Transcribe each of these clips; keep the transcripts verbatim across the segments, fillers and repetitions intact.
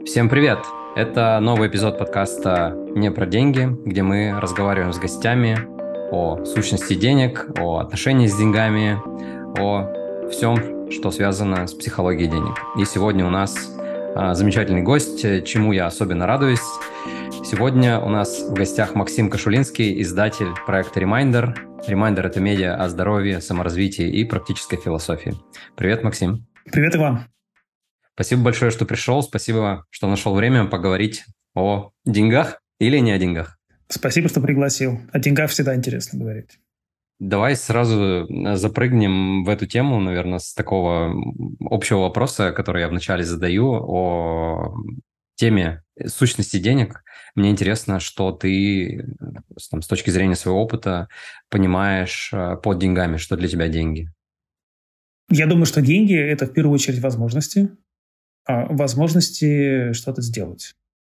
Всем привет! Это новый эпизод подкаста «Не про деньги», где мы разговариваем с гостями о сущности денег, о отношении с деньгами, о всем, что связано с психологией денег. И сегодня у нас а, замечательный гость, чему я особенно радуюсь. Сегодня у нас в гостях Максим Кашулинский, издатель проекта Reminder. Reminder – это медиа о здоровье, саморазвитии и практической философии. Привет, Максим. Привет, Иван. Спасибо большое, что пришел. Спасибо, что нашел время поговорить о деньгах или не о деньгах. Спасибо, что пригласил. О деньгах всегда интересно говорить. Давай сразу запрыгнем в эту тему, наверное, с такого общего вопроса, который я вначале задаю, о теме сущности денег. Мне интересно, что ты там, с точки зрения своего опыта понимаешь под деньгами, что для тебя деньги. Я думаю, что деньги – это в первую очередь возможности. возможности что-то сделать.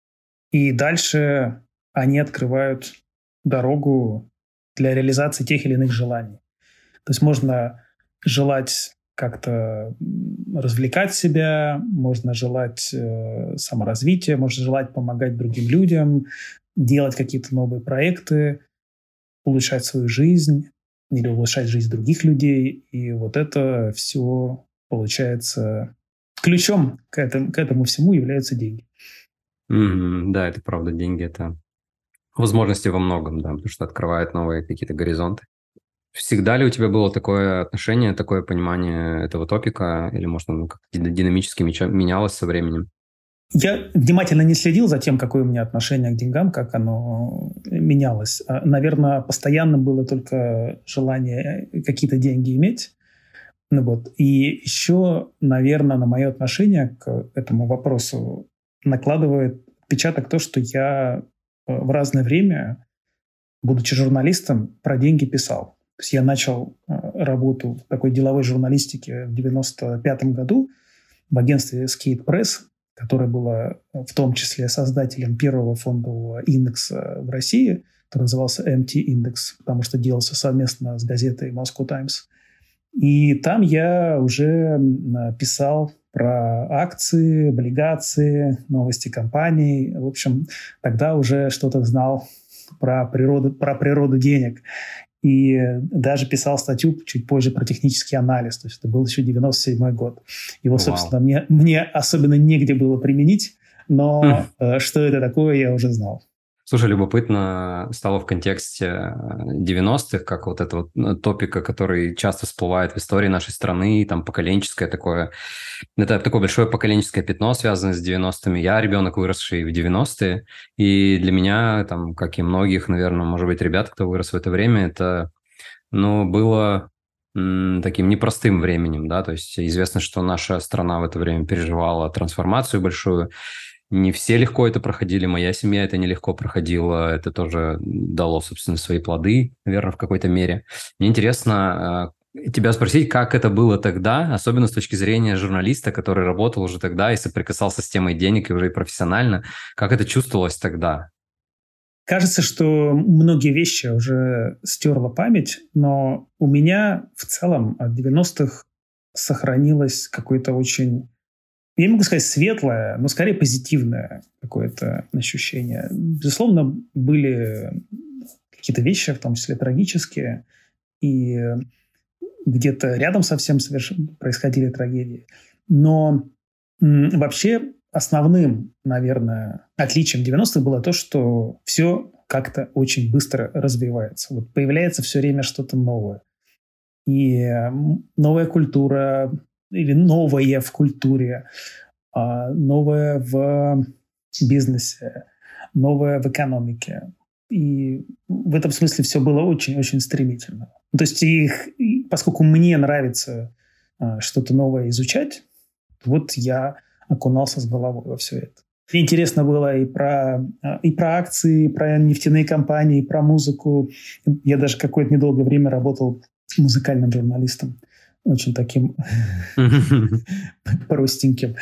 И дальше они открывают дорогу для реализации тех или иных желаний. То есть можно желать как-то развлекать себя, можно желать э, саморазвития, можно желать помогать другим людям, делать какие-то новые проекты, улучшать свою жизнь или улучшать жизнь других людей. И вот это все получается... Ключом к этому, к этому всему являются деньги. Mm-hmm, да, это правда. Деньги – это возможности во многом, да, потому что открывают новые какие-то горизонты. Всегда ли у тебя было такое отношение, такое понимание этого топика, или, может, оно как-то динамически менялось со временем? Я внимательно не следил за тем, какое у меня отношение к деньгам, как оно менялось. Наверное, постоянно было только желание какие-то деньги иметь. Ну вот. И еще, наверное, на мое отношение к этому вопросу накладывает отпечаток то, что я в разное время, будучи журналистом, про деньги писал. То есть я начал работу в такой деловой журналистике в девяносто пятом году в агентстве Skate Press, которое было в том числе создателем первого фондового индекса в России, который назывался эм ти индекс, потому что делался совместно с газетой Moscow Times. И там я уже писал про акции, облигации, новости компаний. В общем, тогда уже что-то знал про природу, про природу денег. И даже писал статью чуть позже про технический анализ. То есть это был еще девяносто седьмой год. Его, Вау. собственно, мне, мне особенно негде было применить, но mm. что это такое, я уже знал. Слушай, любопытно стало в контексте девяностых, как вот этого вот топика, который часто всплывает в истории нашей страны, там поколенческое такое, это такое большое поколенческое пятно, связанное с девяностыми. Я ребенок, выросший в девяностые, и для меня, там, как и многих, наверное, может быть, ребят, кто вырос в это время, это, ну, было м, таким непростым временем, да, то есть известно, что наша страна в это время переживала трансформацию большую. Не все легко это проходили, моя семья это нелегко проходила, это тоже дало, собственно, свои плоды, наверное, в какой-то мере. Мне интересно тебя спросить, как это было тогда, особенно с точки зрения журналиста, который работал уже тогда и соприкасался с темой денег и уже и профессионально. Как это чувствовалось тогда? Кажется, что многие вещи уже стерла память, но у меня в целом от девяностых сохранилось какое-то очень... Я не могу сказать светлое, но скорее позитивное какое-то ощущение. Безусловно, были какие-то вещи, в том числе трагические, и где-то рядом со всем соверш... происходили трагедии. Но м- вообще основным, наверное, отличием девяностых было то, что все как-то очень быстро развивается. Вот появляется все время что-то новое. И новая культура... или новое в культуре, новое в бизнесе, новое в экономике. И в этом смысле все было очень-очень стремительно. То есть, их, поскольку мне нравится что-то новое изучать, вот я окунался с головой во все это. И интересно было и про, и про акции, и про нефтяные компании, и про музыку. Я даже какое-то недолгое время работал музыкальным журналистом. Очень таким простеньким.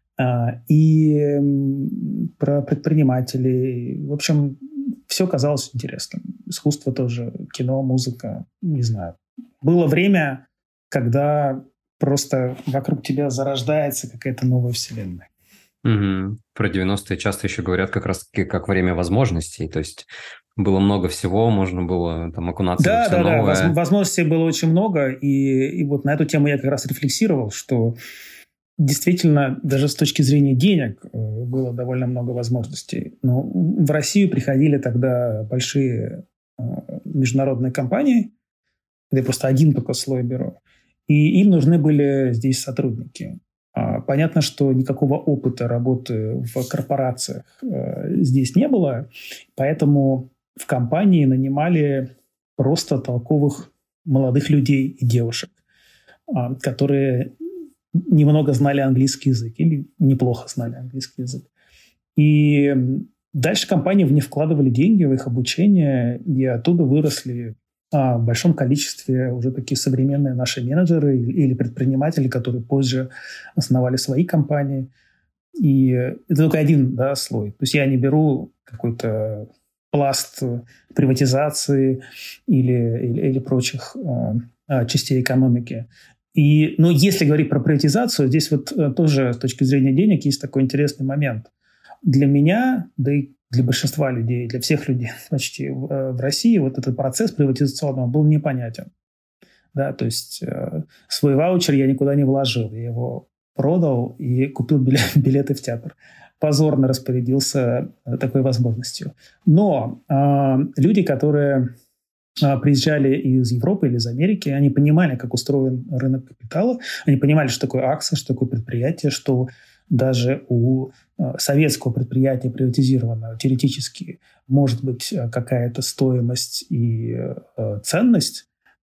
И про предпринимателей. В общем, все казалось интересным. Искусство тоже, кино, музыка, не знаю. Было время, когда просто вокруг тебя зарождается какая-то новая вселенная. Угу. Про девяностые часто еще говорят как раз-таки как время возможностей. То есть было много всего, можно было там окунаться во Да, все да, да, воз- новое. возможностей было очень много, и, и вот на эту тему я как раз рефлексировал, что действительно, даже с точки зрения денег э, было довольно много возможностей. Но в Россию приходили тогда большие э, международные компании, это я просто один только слой беру, и им нужны были здесь сотрудники. А, Понятно, что никакого опыта работы в корпорациях э, здесь не было, поэтому в компании нанимали просто толковых молодых людей и девушек, а, которые немного знали английский язык или неплохо знали английский язык. И дальше компании в них вкладывали деньги в их обучение, и оттуда выросли а, в большом количестве уже такие современные наши менеджеры или предприниматели, которые позже основали свои компании. И это только один, да, слой. То есть я не беру какой-то пласт приватизации или, или, или прочих а, частей экономики. И, ну, если говорить про приватизацию, здесь вот э, тоже с точки зрения денег есть такой интересный момент. Для меня, да и для большинства людей, для всех людей почти в, э, в России вот этот процесс приватизационного был непонятен. Да, то есть э, свой ваучер я никуда не вложил, я его продал и купил билет, билеты в театр. Позорно распорядился э, такой возможностью. Но э, люди, которые приезжали из Европы или из Америки, они понимали, как устроен рынок капитала, они понимали, что такое акция, что такое предприятие, что даже у советского предприятия приватизированного теоретически может быть какая-то стоимость и ценность,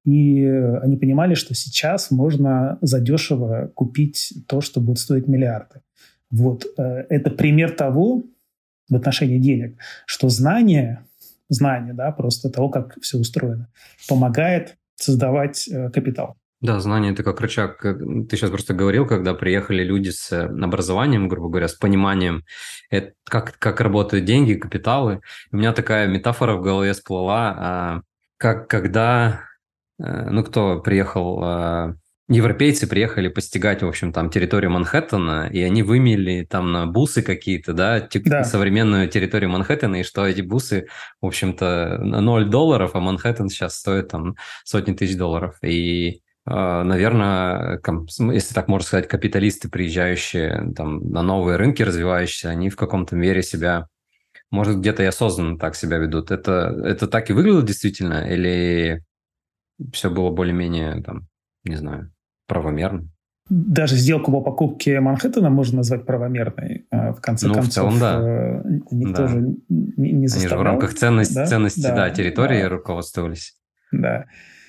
и они понимали, что сейчас можно задешево купить то, что будет стоить миллиарды. Вот это пример того в отношении денег, что знание знание, да, просто того, как все устроено, помогает создавать э, капитал. Да, знание – это как рычаг. Ты сейчас просто говорил, когда приехали люди с образованием, грубо говоря, с пониманием, это, как, как работают деньги, капиталы. У меня такая метафора в голове всплыла, а, как когда, а, ну, кто приехал… А, европейцы приехали постигать, в общем, там территорию Манхэттена, и они вымели там на бусы какие-то, да, тек- Да. современную территорию Манхэттена, и что эти бусы, в общем-то, ноль долларов, а Манхэттен сейчас стоит там сотни тысяч долларов. И, э, наверное, если так можно сказать, капиталисты, приезжающие там на новые рынки, развивающиеся, они в каком-то мере себя, может, где-то и осознанно так себя ведут. Это, это так и выглядело действительно? Или все было более-менее, там, не знаю, правомерно? Даже сделку по покупке Манхэттена можно назвать правомерной. В конце Ну, в концов, целом, да. никто Да. же не заставлял. Они же в рамках ценности, да? ценности, да, Да, территории да, руководствовались. да.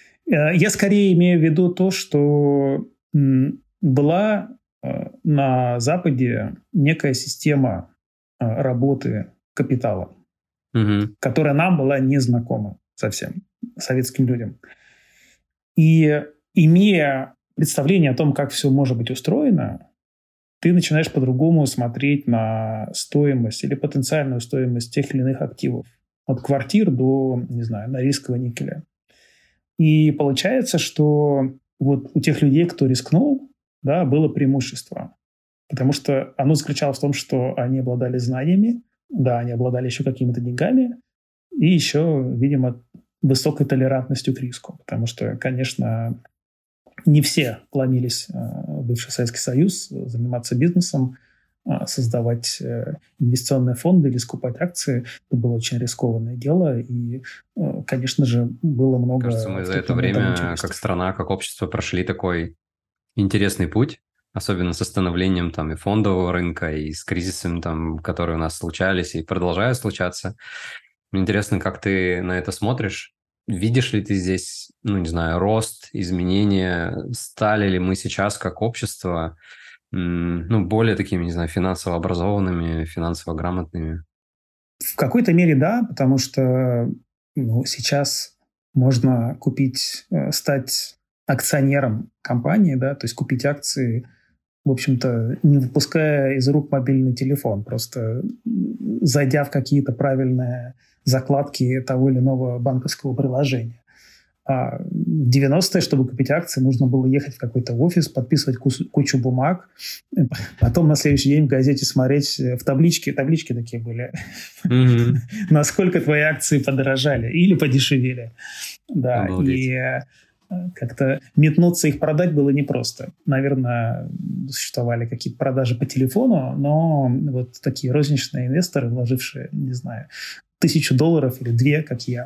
Я скорее имею в виду то, что была на Западе некая система работы капитала, Угу. которая нам была незнакома совсем, советским людям. И имея представление о том, как все может быть устроено, ты начинаешь по-другому смотреть на стоимость или потенциальную стоимость тех или иных активов. От квартир до, не знаю, норильского никеля. И получается, что вот у тех людей, кто рискнул, да, было преимущество. Потому что оно заключалось в том, что они обладали знаниями, да, они обладали еще какими-то деньгами и еще, видимо, высокой толерантностью к риску. Потому что, конечно, не все ломились в бывший Советский Союз заниматься бизнесом, создавать инвестиционные фонды или скупать акции. Это было очень рискованное дело. И, конечно же, было много... Кажется, мы за это время как страна, как общество прошли такой интересный путь, особенно с становлением там и фондового рынка, и с кризисами, там, которые у нас случались и продолжают случаться. Интересно, как ты на это смотришь? Видишь ли ты здесь, ну, не знаю, рост, изменения? Стали ли мы сейчас как общество, ну, более такими, не знаю, финансово образованными, финансово грамотными? В какой-то мере да, потому что ну, сейчас можно купить, стать акционером компании, да, то есть купить акции, в общем-то, не выпуская из рук мобильный телефон, просто зайдя в какие-то правильные закладки того или иного банковского приложения. А в девяностые, чтобы купить акции, нужно было ехать в какой-то офис, подписывать кучу бумаг, потом на следующий день в газете смотреть в табличке, таблички такие были, mm-hmm. насколько твои акции подорожали или подешевели. Да, Обалдеть. И как-то метнуться их продать было непросто. Наверное, существовали какие-то продажи по телефону, но вот такие розничные инвесторы, вложившие, не знаю, тысячу долларов или две, как я,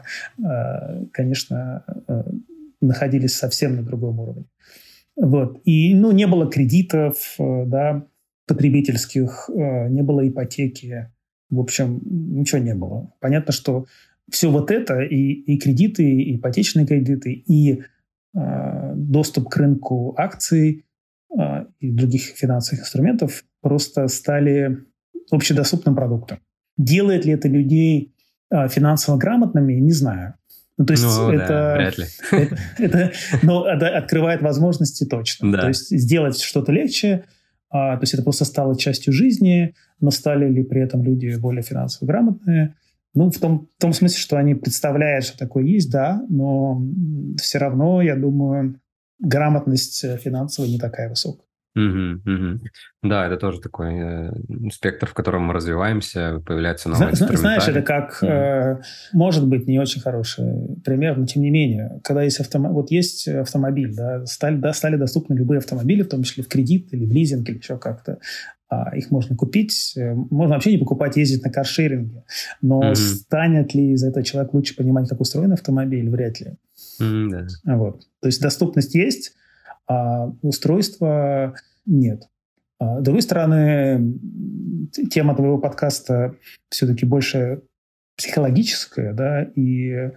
конечно, находились совсем на другом уровне. Вот. И, ну, не было кредитов, да, потребительских, не было ипотеки. В общем, ничего не было. Понятно, что все вот это, и, и кредиты, и ипотечные кредиты, и э, доступ к рынку акций э, и других финансовых инструментов просто стали общедоступным продуктом. Делает ли это людей финансово грамотными, не знаю. Ну, то есть ну, это, да, вряд ли. Это, это, но это открывает возможности точно. Да. То есть сделать что-то легче, а, то есть это просто стало частью жизни, но стали ли при этом люди более финансово грамотные? Ну, в том, в том смысле, что они представляют, что такое есть, да, но все равно, я думаю, грамотность финансовая не такая высокая. Угу, угу. Да, это тоже такой э, спектр, в котором мы развиваемся, появляются новые инструментарии. Знаешь, это как, угу. э, может быть, не очень хороший пример, но тем не менее, когда есть, автом... вот есть автомобиль, да, стали, да, стали доступны любые автомобили, в том числе в кредит или в лизинг или еще как-то. А, их можно купить, можно вообще не покупать, ездить на каршеринге. Но угу. станет ли из-за этого человек лучше понимать, как устроен автомобиль? Вряд ли. Угу, да. Вот. То есть доступность есть, а устройства нет. А, с другой стороны, тема твоего подкаста все-таки больше психологическая, да, и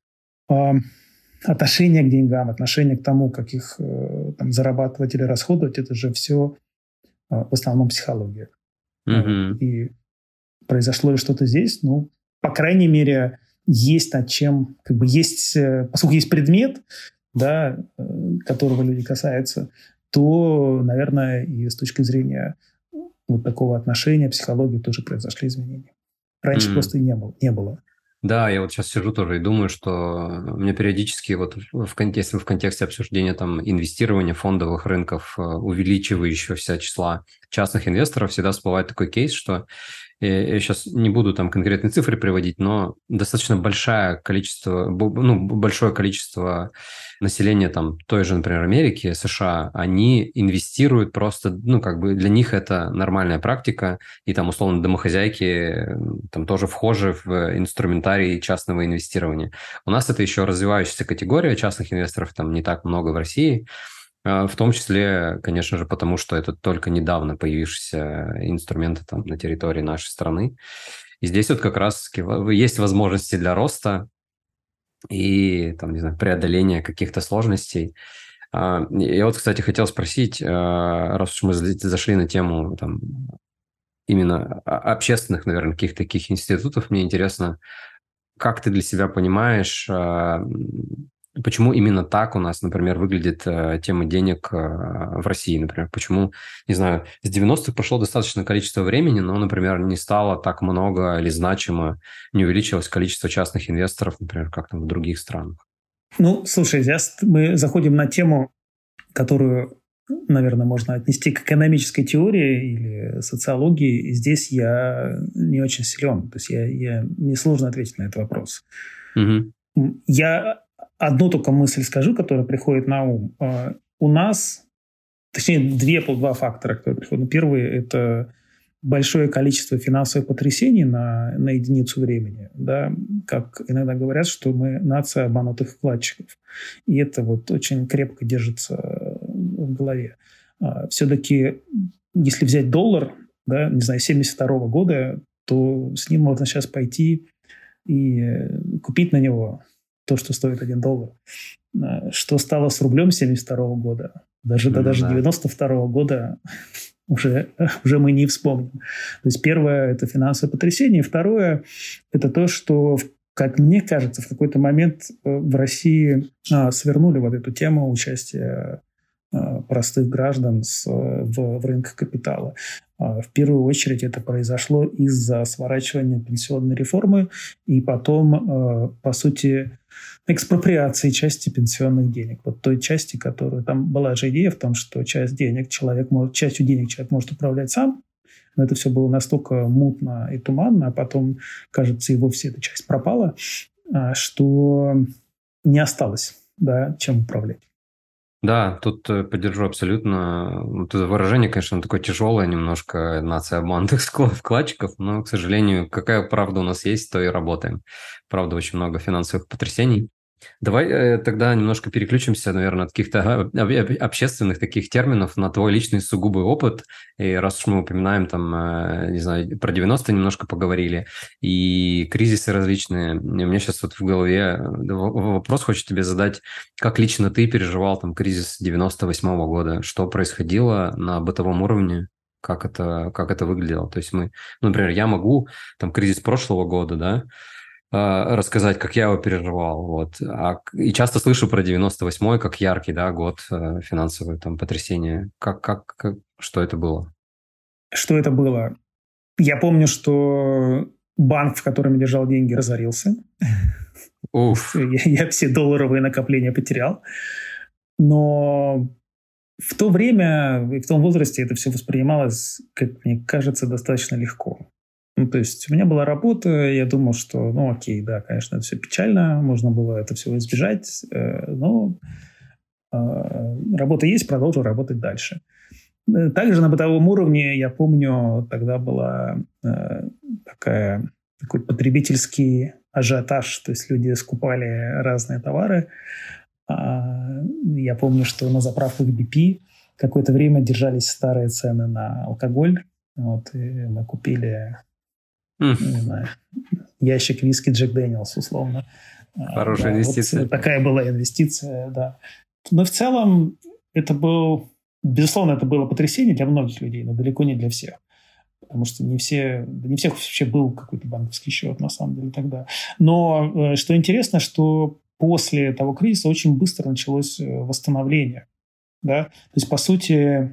а, отношение к деньгам, отношение к тому, как их там, зарабатывать или расходовать, это же все а, в основном психология. Mm-hmm. Вот. И произошло ли что-то здесь, ну, по крайней мере, есть над чем, как бы есть, поскольку есть предмет, да, которого люди касаются, то, наверное, и с точки зрения вот такого отношения, психологии тоже произошли изменения. Раньше mm-hmm. просто не было, не было. Да, я вот сейчас сижу тоже и думаю, что мне периодически вот в контексте, в контексте обсуждения там инвестирования фондовых рынков, увеличивающегося числа частных инвесторов, всегда всплывает такой кейс, что я сейчас не буду там конкретные цифры приводить, но достаточно большое количество, ну, большое количество населения там той же, например, Америки, США, они инвестируют просто, ну, как бы для них это нормальная практика, и там, условно, домохозяйки там тоже вхожи в инструментарий частного инвестирования. У нас это еще развивающаяся категория частных инвесторов, там не так много в России, в том числе, конечно же, потому что это только недавно появившиеся инструменты там на территории нашей страны. И здесь вот как раз есть возможности для роста и там, не знаю, преодоления каких-то сложностей. Я вот, кстати, хотел спросить, раз уж мы зашли на тему там, именно общественных, наверное, каких-то таких институтов, мне интересно, как ты для себя понимаешь, почему именно так у нас, например, выглядит э, тема денег э, в России, например? Почему, не знаю, с девяностых прошло достаточное количество времени, но, например, не стало так много или значимо, не увеличилось количество частных инвесторов, например, как там в других странах? Ну, слушай, сейчас мы заходим на тему, которую, наверное, можно отнести к экономической теории или социологии. И здесь я не очень силен. То есть я, я, мне сложно ответить на этот вопрос. Угу. Я... Одну только мысль скажу, которая приходит на ум. У нас, точнее, две, два фактора, которые приходят. Первый – это большое количество финансовых потрясений на, на единицу времени. Да? Как иногда говорят, что мы нация обманутых вкладчиков. И это вот очень крепко держится в голове. Все-таки, если взять доллар, да, не знаю, семьдесят второго года, то с ним можно сейчас пойти и купить на него то, что стоит один доллар. Что стало с рублем семьдесят второго года? Даже, mm, да, даже девяносто второго года уже, уже мы не вспомним. То есть первое – это финансовое потрясение. Второе – это то, что, как мне кажется, в какой-то момент в России а, свернули вот эту тему участия а, простых граждан с, в, в рынках капитала. А, в первую очередь это произошло из-за сворачивания пенсионной реформы и потом, а, по сути, экспроприации части пенсионных денег. Вот той части, которую... Там была же идея в том, что часть денег человек может, частью денег человек может управлять сам, но это все было настолько мутно и туманно, а потом, кажется, и вовсе эта часть пропала, что не осталось, да, чем управлять. Да, тут поддержу абсолютно. Вот это выражение, конечно, такое тяжелое немножко, нация обманутых вкладчиков, но, к сожалению, какая правда у нас есть, то и работаем. Правда, очень много финансовых потрясений. Давай э, тогда немножко переключимся, наверное, от каких-то об- об- общественных таких терминов на твой личный сугубый опыт. И раз уж мы упоминаем там, э, не знаю, про девяностые немножко поговорили, и кризисы различные. И у меня сейчас вот в голове вопрос хочет тебе задать, как лично ты переживал там кризис девяносто восьмого года? Что происходило на бытовом уровне? Как это, как это выглядело? То есть мы, ну, например, я могу, там, кризис прошлого года, да, рассказать, как я его переживал. Вот. А, и часто слышу про девяносто восьмой как яркий, да, год э, финансовое там потрясение. Как, как, как, что это было? Что это было? Я помню, что банк, в котором я держал деньги, разорился. Уф. Я, я все долларовые накопления потерял. Но в то время и в том возрасте это все воспринималось, как мне кажется, достаточно легко. Ну, то есть у меня была работа, я думал, что, ну, окей, да, конечно, это все печально, можно было это все избежать, э, но э, работа есть, продолжу работать дальше. Также на бытовом уровне, я помню, тогда была э, такая, такой потребительский ажиотаж, то есть люди скупали разные товары. А, я помню, что на заправках би пи какое-то время держались старые цены на алкоголь, вот, и мы купили... Mm. Не знаю, ящик виски Джек Дэниелс, условно. Хорошая да, инвестиция. Вот такая была инвестиция, да. Но в целом это был, безусловно, это было потрясение для многих людей, но далеко не для всех. Потому что не все, да не всех вообще был какой-то банковский счет, на самом деле, тогда. Но что интересно, что после того кризиса очень быстро началось восстановление. Да? То есть, по сути...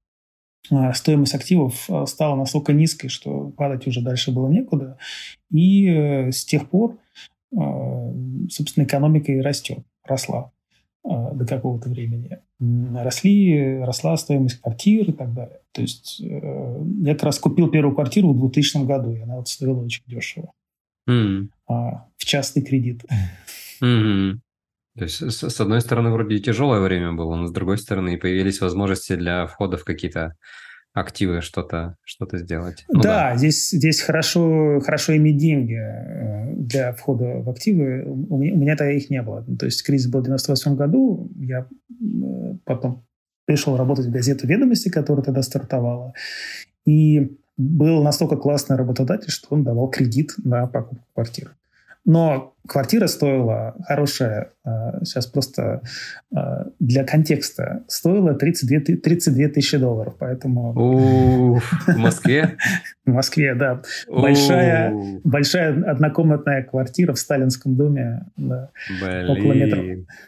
стоимость активов стала настолько низкой, что падать уже дальше было некуда. И э, с тех пор, э, собственно, экономика и растет, росла э, до какого-то времени. Росли, росла стоимость квартир и так далее. То есть э, я как раз купил первую квартиру в двухтысячном году, и она вот стоила очень дешево. Mm. А, в частный кредит. Mm-hmm. То есть, с, с одной стороны, вроде тяжелое время было, но с другой стороны, появились возможности для входа в какие-то активы, что-то, что-то сделать. Ну, да, да, здесь, здесь хорошо, хорошо иметь деньги для входа в активы. У меня, у меня-то их не было. То есть кризис был в девяносто восьмом году. Я потом пришел работать в газету «Ведомости», которая тогда стартовала. И был настолько классный работодатель, что он давал кредит на покупку квартиры. Но квартира стоила хорошая, сейчас просто для контекста, стоила тридцать две, тридцать две тысячи долларов. Поэтому... Уф, в Москве? В Москве, да. Большая, большая однокомнатная квартира в Сталинском доме, да, около метро.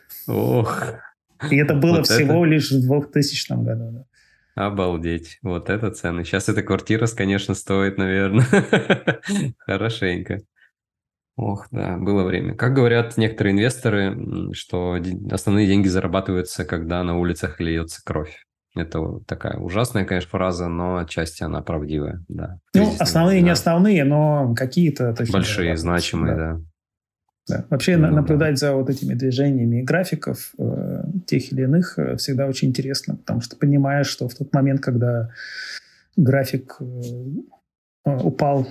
Ох. И это было вот всего это... лишь в двухтысячном году. Да. Обалдеть. Вот это цены. Сейчас эта квартира, конечно, стоит, наверное, хорошенько. Ох, да, было время. Как говорят некоторые инвесторы, что основные деньги зарабатываются, когда на улицах льется кровь. Это такая ужасная, конечно, фраза, но отчасти она правдивая. Да. Ну, основные, да. Не основные, но какие-то точно большие, значимые, да. да. Да. Вообще ну, наблюдать да. за вот этими движениями графиков э, тех или иных э, всегда очень интересно, потому что понимаешь, что в тот момент, когда график э, упал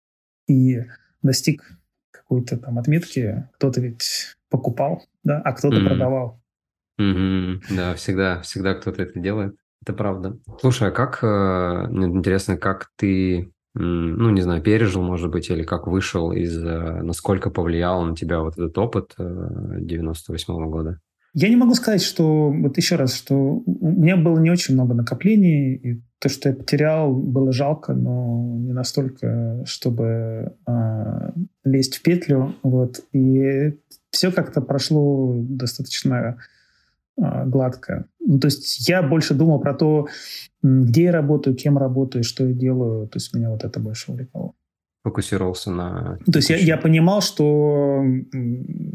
и достиг какой-то там отметки, кто-то ведь покупал, да, а кто-то mm-hmm. продавал. Mm-hmm. Да, всегда, всегда кто-то это делает. Это правда. Слушай, а как, интересно, как ты, ну, не знаю, пережил, может быть, или как вышел из, насколько повлиял на тебя вот этот опыт девяносто восьмого года? Я не могу сказать, что, вот еще раз, что у меня было не очень много накоплений, и то, что я потерял, было жалко, но не настолько, чтобы э, лезть в петлю. Вот. И все как-то прошло достаточно э, гладко. Ну, то есть я больше думал про то, где я работаю, кем работаю, что я делаю. То есть меня вот это больше увлекало. Фокусировался на... То есть я, я понимал, что,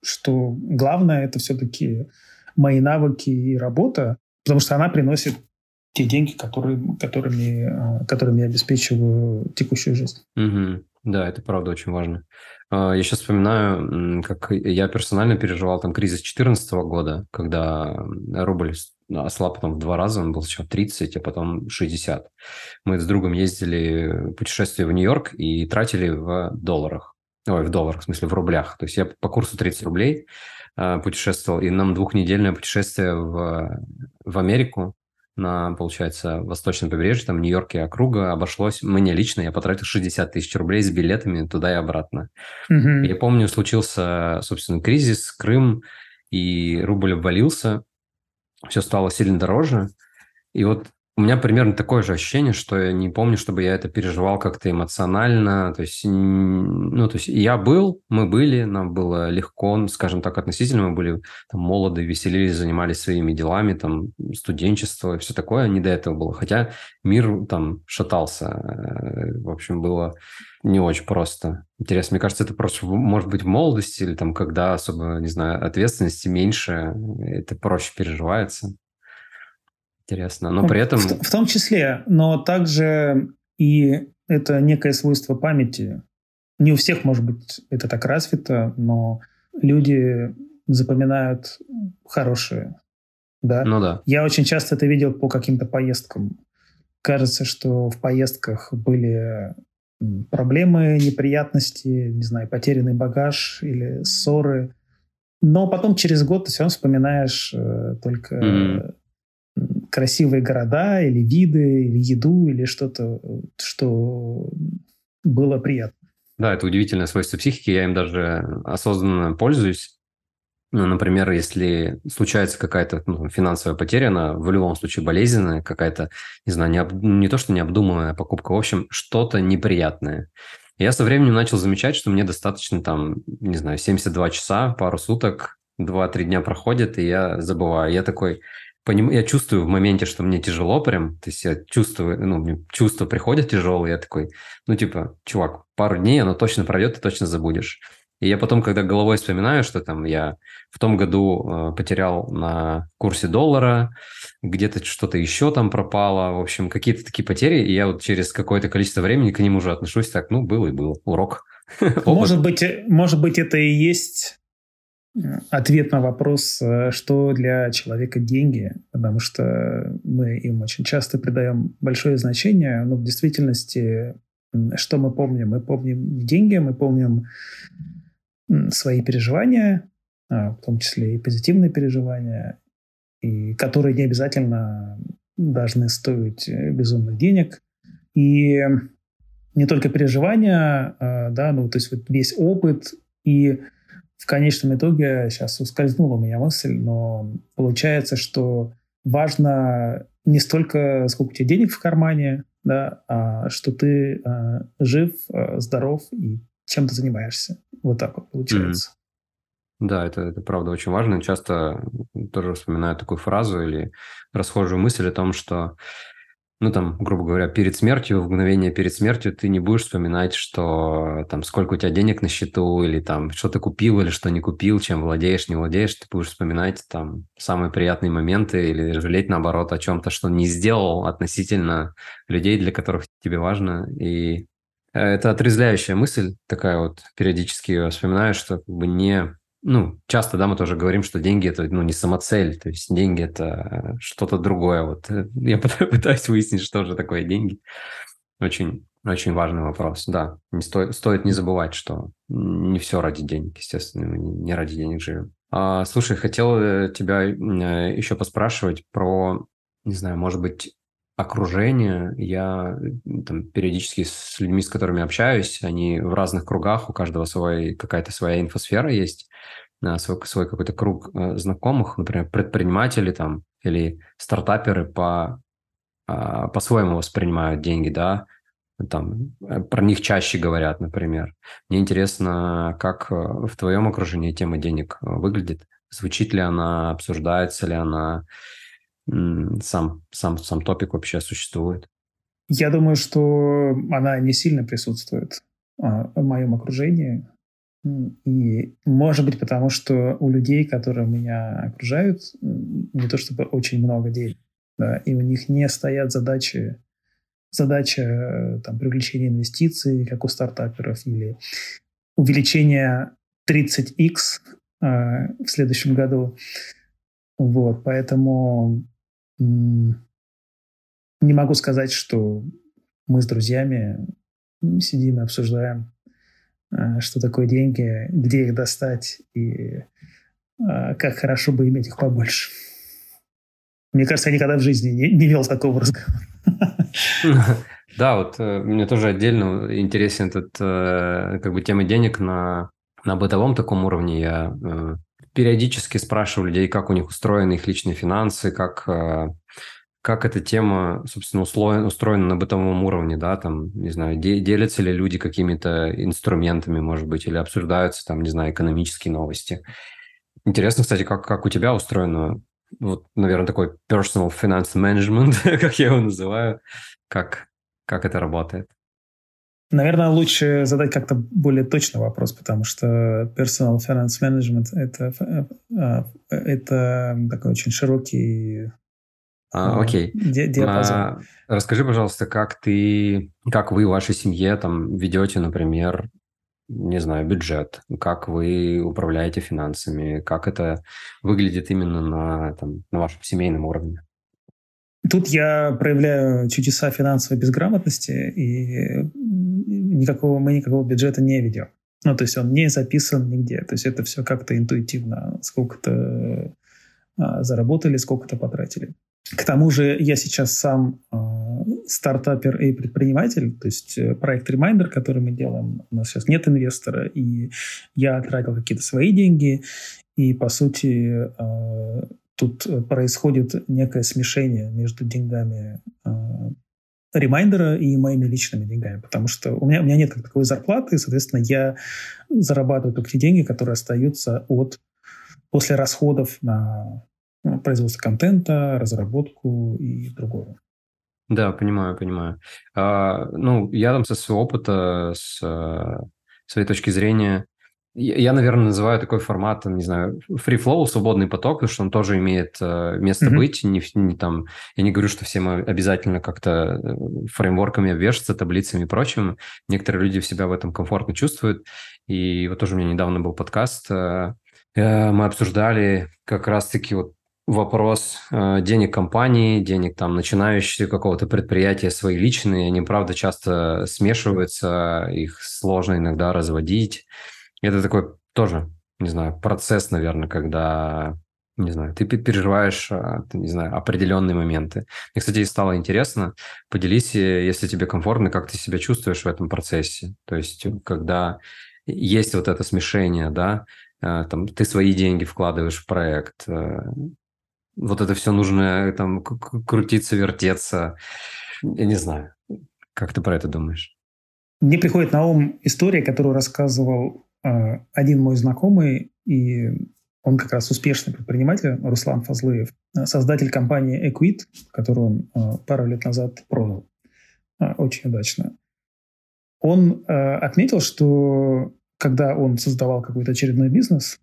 что главное это все-таки мои навыки и работа, потому что она приносит те деньги, которые, которыми, которыми я обеспечиваю текущую жизнь. Угу. Да, это правда очень важно. Я сейчас вспоминаю, как я персонально переживал там кризис две тысячи четырнадцатого года, когда рубль ослаб потом в два раза, он был сначала тридцать, а потом шестьдесят. Мы с другом ездили в путешествие в Нью-Йорк и тратили в долларах. Ой, в долларах, в смысле в рублях. То есть я по курсу тридцать рублей путешествовал, и нам двухнедельное путешествие в, в Америку на, получается, восточном побережье, там, Нью-Йорк и округа обошлось. Мне лично я потратил шестьдесят тысяч рублей с билетами туда и обратно. Mm-hmm. Я помню, случился, собственно, кризис, Крым, и рубль обвалился, все стало сильно дороже. И вот у меня примерно такое же ощущение, что я не помню, чтобы я это переживал как-то эмоционально. То есть, ну, то есть я был, мы были, нам было легко, скажем так, относительно. Мы были там молоды, веселились, занимались своими делами, там, студенчество и все такое. Не до этого было. Хотя мир там шатался. В общем, было не очень просто. Интересно, мне кажется, это просто, может быть, в молодости или там, когда особо, не знаю, ответственности меньше, это проще переживается. Интересно, но при этом... В, в том числе, но также и это некое свойство памяти. Не у всех, может быть, это так развито, но люди запоминают хорошее. Да? Ну да. Я очень часто это видел по каким-то поездкам. Кажется, что в поездках были проблемы, неприятности, не знаю, потерянный багаж или ссоры. Но потом через год ты все равно вспоминаешь э, только... Mm-hmm. красивые города или виды, или еду, или что-то, что было приятно. Да, это удивительное свойство психики. Я им даже осознанно пользуюсь. Ну, например, если случается какая-то ну, финансовая потеря, она в любом случае болезненная, какая-то, не знаю, не, об... не то, что необдуманная покупка, в общем, что-то неприятное. Я со временем начал замечать, что мне достаточно там, не знаю, семьдесят два часа, пару суток, два-три дня проходят, и я забываю. Я такой... Я чувствую в моменте, что мне тяжело прям, то есть я чувствую, ну, мне чувства приходят тяжелые, я такой, ну, типа, чувак, пару дней оно точно пройдет, ты точно забудешь. И я потом, когда головой вспоминаю, что там я в том году э, потерял на курсе доллара, где-то что-то еще там пропало, в общем, какие-то такие потери, и я вот через какое-то количество времени к ним уже отношусь так, ну, был и был, урок. Может быть, может быть, это и есть... ответ на вопрос, что для человека деньги, потому что мы им очень часто придаем большое значение, но в действительности что мы помним? Мы помним деньги, мы помним свои переживания, в том числе и позитивные переживания, и которые не обязательно должны стоить безумных денег. И не только переживания, да, ну, то есть вот весь опыт и в конечном итоге, сейчас ускользнула у меня мысль, но получается, что важно не столько, сколько у тебя денег в кармане, да, а что ты э, жив, э, здоров и чем ты занимаешься. Вот так вот получается. Mm-hmm. Да, это, это правда очень важно. Часто тоже вспоминаю такую фразу или расхожую мысль о том, что ну, там, грубо говоря, перед смертью, в мгновение перед смертью ты не будешь вспоминать, что там сколько у тебя денег на счету, или там что ты купил, или что не купил, чем владеешь, не владеешь. Ты будешь вспоминать там самые приятные моменты или жалеть, наоборот, о чем-то, что не сделал относительно людей, для которых тебе важно. И это отрезвляющая мысль такая вот, периодически ее вспоминаю, что как бы не... Ну, часто, да, мы тоже говорим, что деньги – это, ну, не самоцель, то есть деньги – это что-то другое. Вот я пытаюсь выяснить, что же такое деньги. Очень, очень важный вопрос, да. Не стоит, стоит не забывать, что не все ради денег, естественно, мы не ради денег живем. А, слушай, хотел тебя еще поспрашивать про, не знаю, может быть, окружение. Я там, периодически с людьми, с которыми общаюсь, они в разных кругах, у каждого свой, какая-то своя инфосфера есть, свой, свой какой-то круг э, знакомых, например, предприниматели там, или стартаперы по, э, по-своему воспринимают деньги, да, там, про них чаще говорят, например. Мне интересно, как в твоем окружении тема денег выглядит? Звучит ли она, обсуждается ли она? Сам, сам, сам топик вообще существует? Я думаю, что она не сильно присутствует а, в моем окружении. И, может быть, потому что у людей, которые меня окружают, не то чтобы очень много денег, да, и у них не стоят задачи, задача там, привлечения инвестиций, как у стартаперов, или увеличения тридцать икс э, в следующем году. Вот, поэтому м- не могу сказать, что мы с друзьями сидим и обсуждаем, что такое деньги, где их достать и а, как хорошо бы иметь их побольше. Мне кажется, я никогда в жизни не, не вел такого разговора. Да, вот э, мне тоже отдельно интересен этот, э, как бы, тема денег на, на бытовом таком уровне. Я э, периодически спрашиваю людей, как у них устроены их личные финансы, как, э, как эта тема, собственно, устроена, устроена на бытовом уровне, да, там, не знаю, де, делятся ли люди какими-то инструментами, может быть, или обсуждаются, там, не знаю, экономические новости. Интересно, кстати, как, как у тебя устроено, вот, наверное, такой personal finance management, как я его называю, как, как это работает? Наверное, лучше задать как-то более точный вопрос, потому что personal finance management это, это такой очень широкий А, окей. ди- диапазон. А, расскажи, пожалуйста, как ты, как вы в вашей семье там ведете, например, не знаю, бюджет, как вы управляете финансами, как это выглядит именно на, там, на вашем семейном уровне? Тут я проявляю чудеса финансовой безграмотности, и никакого, мы никакого бюджета не ведем. Ну, то есть он не записан нигде. То есть это все как-то интуитивно. Сколько-то а, заработали, сколько-то потратили. К тому же я сейчас сам а, стартапер и предприниматель. То есть проект Reminder, который мы делаем, у нас сейчас нет инвестора, и я тратил какие-то свои деньги. И, по сути, а, тут происходит некое смешение между деньгами ремайндера и моими личными деньгами, потому что у меня, у меня нет как таковой зарплаты, и, соответственно, я зарабатываю только те деньги, которые остаются от, после расходов на производство контента, разработку и другое. Да, понимаю, понимаю. А, ну, я там со своего опыта, с а, своей точки зрения, я, я, наверное, называю такой формат, там, не знаю, free flow, свободный поток, потому что он тоже имеет а, место Мгм. быть. Не, не, там, я не говорю, что все мы обязательно как-то фреймворками обвешаться, таблицами и прочим. Некоторые люди себя в этом комфортно чувствуют. И вот тоже у меня недавно был подкаст, а, мы обсуждали как раз-таки вот вопрос э, денег компании, денег там начинающего какого-то предприятия свои личные, они, правда, часто смешиваются, их сложно иногда разводить. Это такой тоже, не знаю, процесс, наверное, когда, не знаю, ты пе- переживаешь, э, ты, не знаю, определенные моменты. Мне, кстати, стало интересно, поделись, э, если тебе комфортно, как ты себя чувствуешь в этом процессе. То есть, когда есть вот это смешение, да, э, там, ты свои деньги вкладываешь в проект, э, вот это все нужно там к- к- крутиться, вертеться. Я не знаю. Как ты про это думаешь? Мне приходит на ум история, которую рассказывал э, один мой знакомый, и он как раз успешный предприниматель, Руслан Фазлыев, э, создатель компании Equit, которую он э, пару лет назад продал э, очень удачно. Он э, отметил, что когда он создавал какой-то очередной бизнес,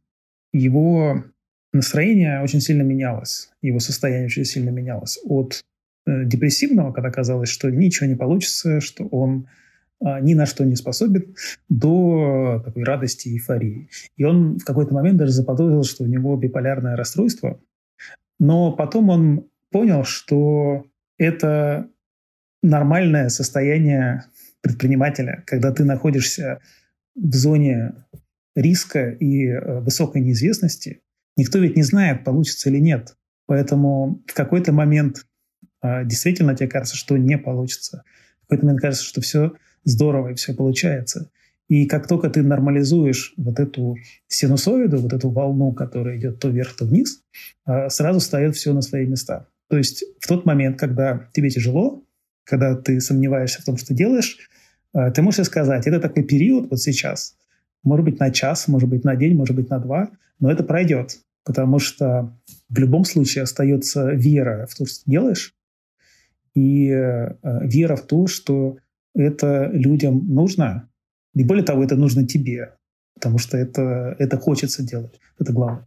его настроение очень сильно менялось, его состояние очень сильно менялось от э, депрессивного, когда казалось, что ничего не получится, что он э, ни на что не способен, до такой радости и эйфории. И он в какой-то момент даже заподозрил, что у него биполярное расстройство, но потом он понял, что это нормальное состояние предпринимателя, когда ты находишься в зоне риска и э, высокой неизвестности. Никто ведь не знает, получится или нет. Поэтому в какой-то момент э, действительно тебе кажется, что не получится. В какой-то момент кажется, что все здорово и все получается. И как только ты нормализуешь вот эту синусоиду, вот эту волну, которая идет то вверх, то вниз, э, сразу встает все на свои места. То есть в тот момент, когда тебе тяжело, когда ты сомневаешься в том, что делаешь, э, ты можешь сказать, это такой период вот сейчас, может быть, на час, может быть, на день, может быть, на два, но это пройдет, потому что в любом случае остается вера в то, что ты делаешь, и э, вера в то, что это людям нужно, и более того, это нужно тебе. потому что это, это хочется делать. Это главное.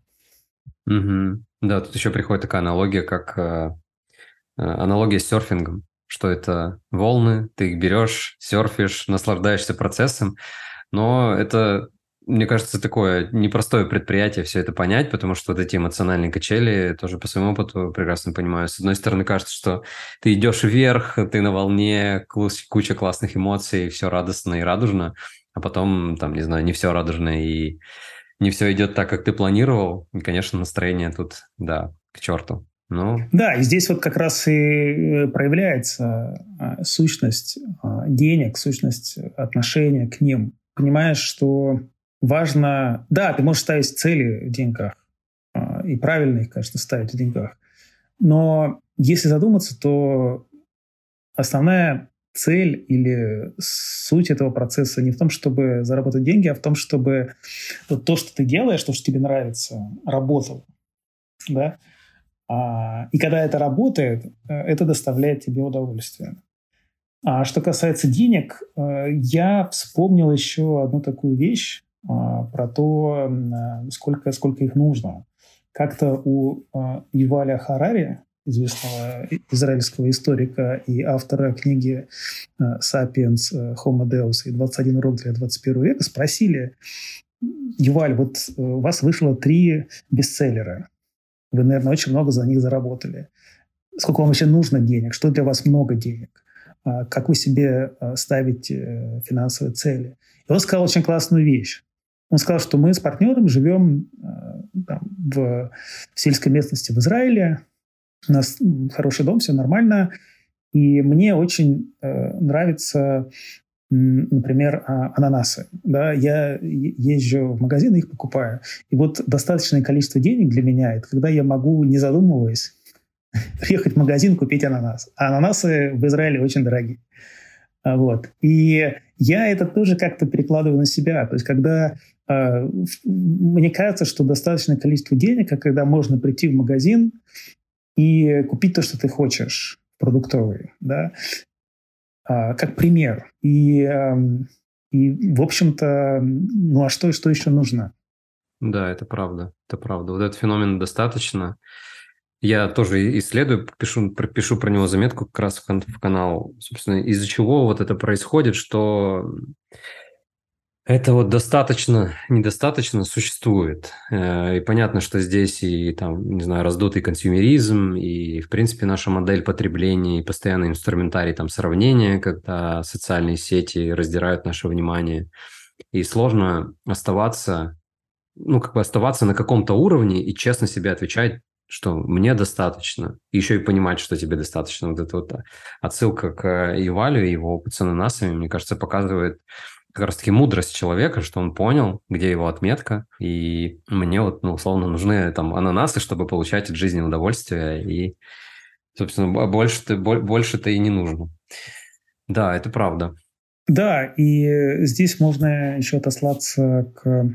Угу. Да, тут еще приходит такая аналогия, как э, аналогия с серфингом, что это волны, ты их берешь, серфишь, наслаждаешься процессом, но это, мне кажется, такое непростое предприятие все это понять, потому что вот эти эмоциональные качели, тоже по своему опыту прекрасно понимаю. С одной стороны, кажется, что ты идешь вверх, ты на волне, куча классных эмоций, все радостно и радужно, а потом, там, не знаю, не все радужно и не все идет так, как ты планировал. И, конечно, настроение тут, да, к черту. Ну, Да, и здесь вот как раз и проявляется а, сущность а, денег, сущность отношения к ним. Понимаешь, что важно... Да, ты можешь ставить цели в деньгах, а, и правильно их, конечно, ставить в деньгах. Но если задуматься, то основная цель или суть этого процесса не в том, чтобы заработать деньги, а в том, чтобы вот то, что ты делаешь, то, что тебе нравится, работало. Да? А, и когда это работает, это доставляет тебе удовольствие. А что касается денег, я вспомнил еще одну такую вещь про то, сколько, сколько их нужно. Как-то у Юваля Харари, известного израильского историка и автора книги «Сапиенс», «Homo Deus» и «двадцать один урок для двадцать первого века», спросили: Юваль, вот у вас вышло три бестселлера. Вы, наверное, очень много за них заработали. Сколько вам вообще нужно денег? Что для вас много денег? Как вы себе ставите финансовые цели? И он сказал очень классную вещь. Он сказал, что мы с партнером живем там, в сельской местности в Израиле. У нас хороший дом, все нормально. И мне очень нравится, например, ананасы. Да, я езжу в магазин и их покупаю. И вот достаточное количество денег для меня – это когда я могу, не задумываясь, приехать в магазин, купить ананас. А ананасы в Израиле очень дорогие. Вот. И я это тоже как-то перекладываю на себя. То есть когда э, мне кажется, что достаточное количество денег, а когда можно прийти в магазин и купить то, что ты хочешь, продуктовый, да, как пример. И, и в общем-то, ну а что, что еще нужно? Да, это правда, это правда. Вот этот феномен достаточно. Я тоже исследую, пишу, пишу про него заметку как раз в, в канал. Собственно, из-за чего вот это происходит, что это вот достаточно, недостаточно существует. И понятно, что здесь и, там, не знаю, раздутый консюмеризм, и, в принципе, наша модель потребления, и постоянный инструментарий там сравнения, когда социальные сети раздирают наше внимание. И сложно оставаться, ну, как бы оставаться на каком-то уровне и честно себе отвечать, что мне достаточно. И еще и понимать, что тебе достаточно. Вот эта вот отсылка к Ювалю и его опыт с ананасами, мне кажется, показывает как раз-таки мудрость человека, что он понял, где его отметка, и мне вот, ну, условно, нужны там ананасы, чтобы получать от жизни удовольствие, и, собственно, больше-то, больше-то и не нужно. Да, это правда. Да, и здесь можно еще отослаться к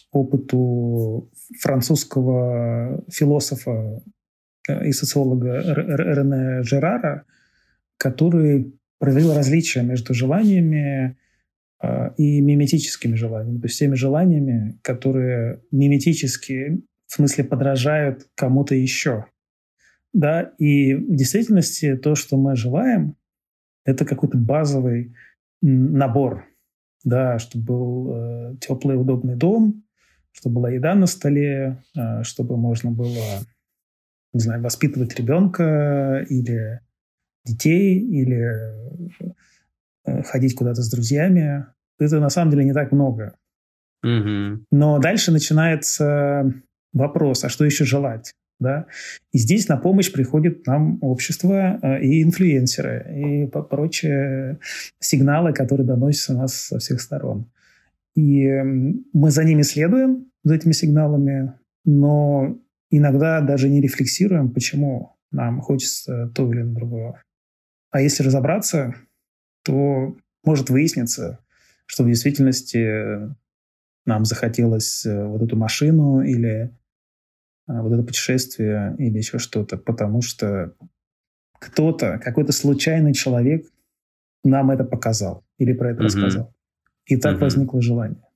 опыту французского философа и социолога Рене Жерара, который провел различия между желаниями и миметическими желаниями, то есть теми желаниями, которые миметически, в смысле, подражают кому-то еще. Да? И в действительности то, что мы желаем, это какой-то базовый набор, да, чтобы был э, теплый, удобный дом, чтобы была еда на столе, э, чтобы можно было, не знаю, воспитывать ребенка или детей, или э, ходить куда-то с друзьями. Это на самом деле не так много. Mm-hmm. Но дальше начинается вопрос, а что еще желать? Да? И здесь на помощь приходит нам общество э, и инфлюенсеры, и прочие сигналы, которые доносятся нас со всех сторон. И э, мы за ними следуем, за этими сигналами, но иногда даже не рефлексируем, почему нам хочется то или другое. А если разобраться, то может выясниться, что в действительности нам захотелось вот эту машину или вот это путешествие или еще что-то, потому что кто-то, какой-то случайный человек нам это показал или про это mm-hmm. рассказал. И так mm-hmm. возникло желание.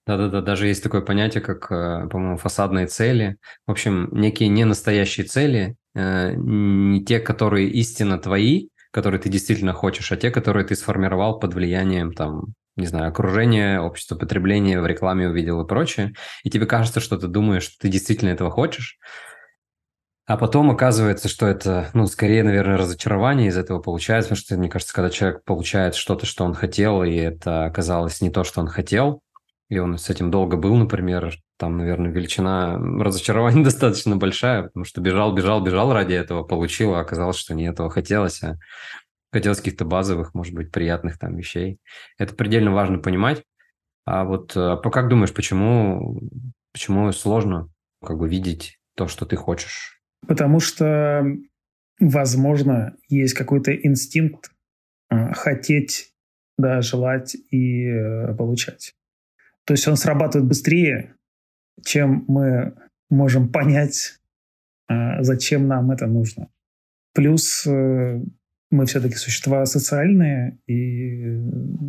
Да-да-да, даже есть такое понятие, как, э, по-моему, фасадные цели. В общем, некие ненастоящие цели, э, не те, которые истинно твои, которые ты действительно хочешь, а те, которые ты сформировал под влиянием, там, не знаю, окружения, общества потребления, в рекламе увидел и прочее. И тебе кажется, что ты думаешь, что ты действительно этого хочешь, а потом оказывается, что это, ну, скорее, наверное, разочарование из этого получается, потому что, мне кажется, когда человек получает что-то, что он хотел, и это оказалось не то, что он хотел, и он с этим долго был, например, там, наверное, величина разочарования достаточно большая, потому что бежал, бежал, бежал ради этого, получил, а оказалось, что не этого хотелось, а хотелось каких-то базовых, может быть, приятных там вещей. Это предельно важно понимать. А вот э, по- как думаешь, почему, почему сложно как бы видеть то, что ты хочешь? Потому что, возможно, есть какой-то инстинкт э, хотеть, да, желать и э, получать. То есть он срабатывает быстрее, чем мы можем понять, э, зачем нам это нужно. Плюс э, мы все-таки существа социальные, и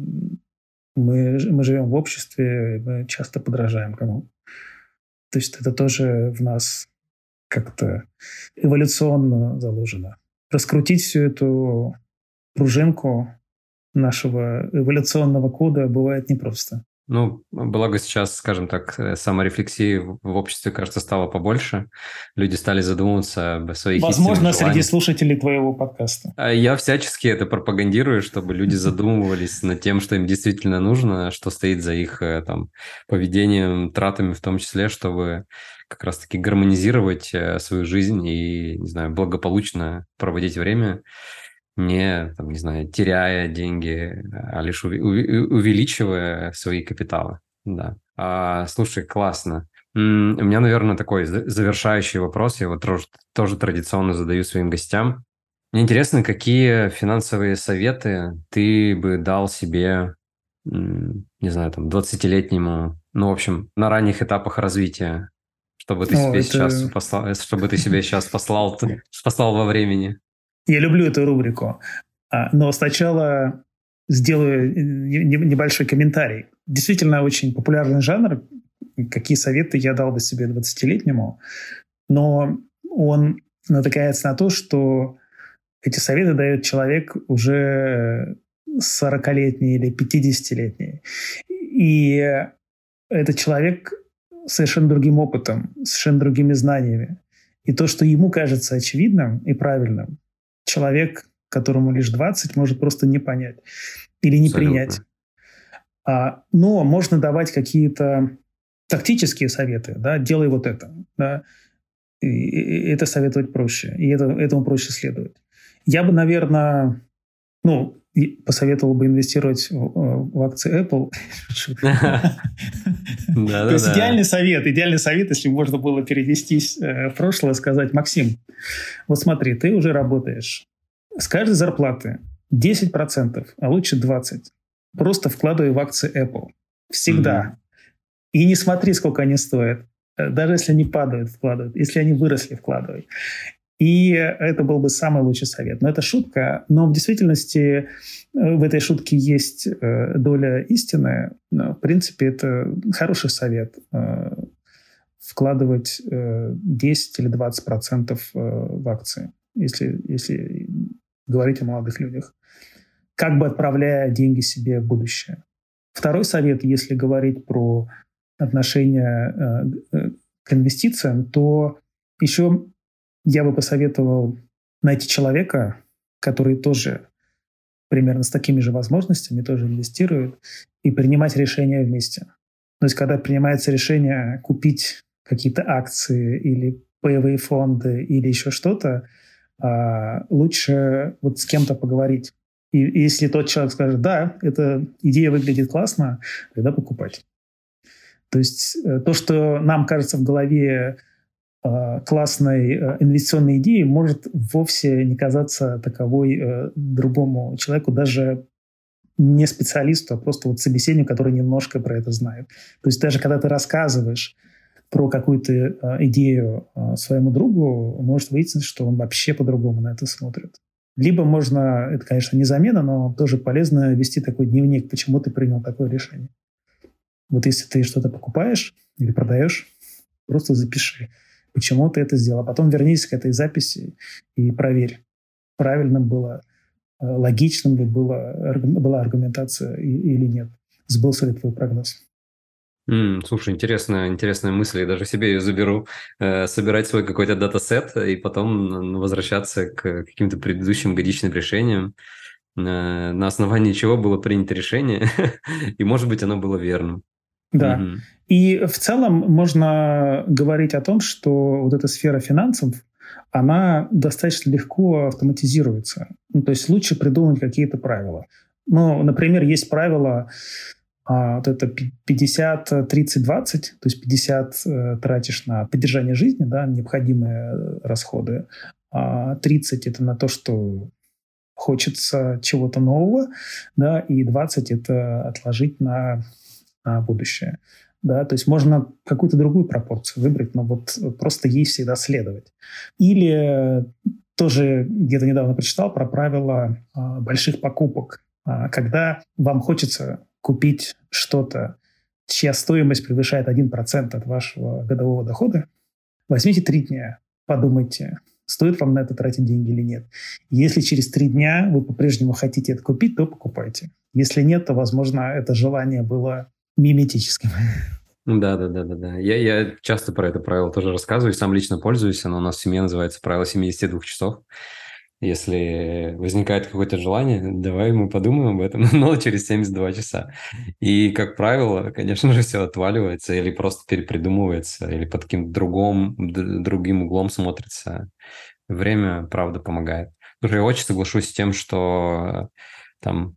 мы, ж- мы живем в обществе, мы часто подражаем кому. То есть это тоже в нас как-то эволюционно заложено. Раскрутить всю эту пружинку нашего эволюционного кода бывает непросто. Ну, благо сейчас, скажем так, э, саморефлексии в в обществе, кажется, стало побольше. Люди стали задумываться об своих истинных Возможно, среди желаниях. слушателей твоего подкаста. А я всячески это пропагандирую, чтобы люди задумывались над тем, что им действительно нужно, что стоит за их э, там поведением, тратами в том числе, чтобы как раз-таки гармонизировать э, свою жизнь и, не знаю, благополучно проводить время, не, там, не знаю, теряя деньги, а лишь уви- уви- увеличивая свои капиталы. Да. А, слушай, классно. М, У меня, наверное, такой за- завершающий вопрос. Я вот тоже, тоже традиционно задаю своим гостям. Мне интересно, какие финансовые советы ты бы дал себе, м, не знаю, там, двадцатилетнему, ну, в общем, на ранних этапах развития, чтобы ты О, себе сейчас это... послал, чтобы ты себе сейчас послал, послал во времени. Я люблю эту рубрику. А, Но сначала сделаю э, не- не- небольшой комментарий. Действительно, очень популярный жанр. Какие советы я дал бы себе двадцатилетнему? Но он натыкается на то, что эти советы дает человек уже сорокалетний или пятидесятилетний. И этот человек с совершенно другим опытом, совершенно другими знаниями. И то, что ему кажется очевидным и правильным, человек, которому лишь двадцать, может просто не понять или не принять. Абсолютно. А, но можно давать какие-то тактические советы, да, делай вот это, да, и, и это советовать проще, и это, этому проще следовать. Я бы, наверное, ну, посоветовал бы инвестировать в, в акции Apple. То есть Да-да-да. идеальный совет, идеальный совет, если можно было перенестись в прошлое, сказать: Максим, вот смотри, ты уже работаешь. С каждой зарплаты десять процентов, а лучше двадцать процентов просто вкладывай в акции Apple. Мгм. Всегда. И не смотри, сколько они стоят. Даже если они падают, вкладывай. Если они выросли, вкладывай. И это был бы самый лучший совет. Но это шутка. Но в действительности в этой шутке есть доля истины. Но, в принципе, это хороший совет. Вкладывать десять или двадцать процентов в акции, если, если говорить о молодых людях, как бы отправляя деньги себе в будущее. Второй совет, если говорить про отношение к инвестициям, то еще я бы посоветовал найти человека, который тоже примерно с такими же возможностями тоже инвестирует, и принимать решения вместе. То есть, когда принимается решение купить какие-то акции или паевые фонды или еще что-то, лучше вот с кем-то поговорить. И если тот человек скажет: да, эта идея выглядит классно, тогда покупать. То есть то, что нам кажется в голове классной инвестиционной идеей, может вовсе не казаться таковой другому человеку, даже не специалисту, а просто вот собеседнику, который немножко про это знает. То есть даже когда ты рассказываешь про какую-то идею своему другу, может выясниться, что он вообще по-другому на это смотрит. Либо можно, это, конечно, не замена, но тоже полезно вести такой дневник, почему ты принял такое решение. Вот если ты что-то покупаешь или продаешь, просто запиши, почему ты это сделал. А потом вернись к этой записи и проверь, правильно было, логичным ли было, была аргументация или нет. Сбылся ли твой прогноз. Mm, слушай, интересная, интересная мысль, я даже себе ее заберу. Э, собирать свой какой-то датасет и потом возвращаться к каким-то предыдущим годичным решениям, э, на основании чего было принято решение, и, может быть, оно было верным. Да. Угу. И в целом можно говорить о том, что вот эта сфера финансов, она достаточно легко автоматизируется. Ну, то есть лучше придумать какие-то правила. Ну, например, есть правило а, вот это пятьдесят тридцать двадцать, то есть пятьдесят э, тратишь на поддержание жизни, да, необходимые расходы, а тридцать это на то, что хочется чего-то нового, да, и двадцать это отложить на, на будущее. Да, то есть можно какую-то другую пропорцию выбрать, но вот просто ей всегда следовать. Или тоже где-то недавно прочитал про правила а, больших покупок. А, когда вам хочется купить что-то, чья стоимость превышает один процент от вашего годового дохода, возьмите три дня, подумайте, стоит вам на это тратить деньги или нет. Если через три дня вы по-прежнему хотите это купить, то покупайте. Если нет, то, возможно, это желание было миметическим. Да, да, да, да, да. Я, я часто про это правило тоже рассказываю, сам лично пользуюсь. Оно у нас в семье называется правило семидесяти двух часов. Если возникает какое-то желание, давай мы подумаем об этом, но через семьдесят два часа. И, как правило, конечно же, все отваливается или просто перепридумывается, или под каким-то другом, другим углом смотрится. Время, правда, помогает. Слушай, я очень соглашусь с тем, что там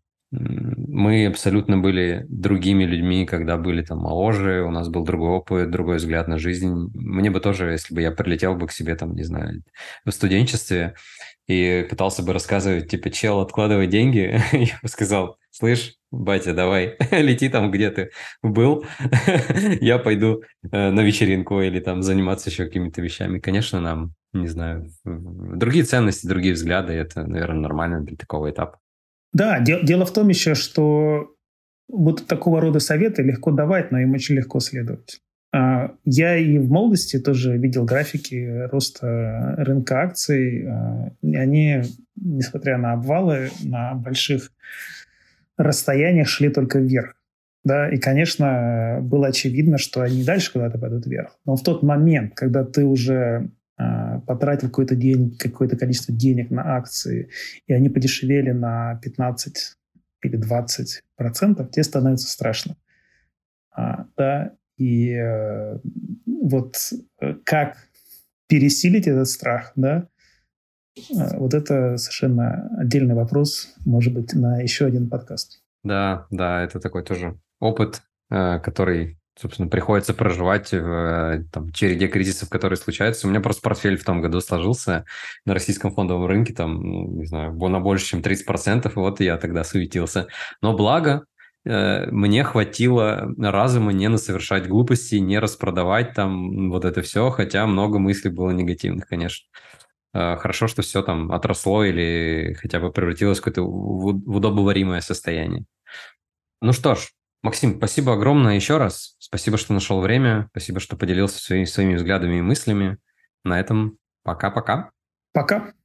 мы абсолютно были другими людьми, когда были там моложе, у нас был другой опыт, другой взгляд на жизнь. Мне бы тоже, если бы я прилетел бы к себе, там, не знаю, в студенчестве и пытался бы рассказывать, типа, чел, откладывай деньги, я бы сказал, слышь, батя, давай, лети там, где ты был, я пойду на вечеринку или там заниматься еще какими-то вещами. Конечно, нам, не знаю, другие ценности, другие взгляды, это, наверное, нормально для такого этапа. Да, де- дело в том еще, что вот такого рода советы легко давать, но им очень легко следовать. А, я и в молодости тоже видел графики роста рынка акций. А, и они, несмотря на обвалы, на больших расстояниях шли только вверх. Да, и, конечно, было очевидно, что они дальше куда-то пойдут вверх. Но в тот момент, когда ты уже потратил какой-то день, какое-то количество денег на акции, и они подешевели на пятнадцать или двадцать процентов, тебе становится страшно. А, да, и э, вот как пересилить этот страх, да, э, вот это совершенно отдельный вопрос, может быть, на еще один подкаст. Да, да, это такой тоже опыт, э, который... собственно, приходится проживать в там, череде кризисов, которые случаются. У меня просто портфель в том году сложился на российском фондовом рынке, там, ну, не знаю, на больше, чем тридцать процентов, и вот я тогда суетился. Но благо, э, мне хватило разума не совершать глупости, не распродавать там вот это все, хотя много мыслей было негативных, конечно. Э, хорошо, что все там отросло или хотя бы превратилось в какое-то в удобоваримое состояние. Ну что ж, Максим, спасибо огромное еще раз. Спасибо, что нашел время. Спасибо, что поделился своими, своими взглядами и мыслями. На этом пока-пока. Пока.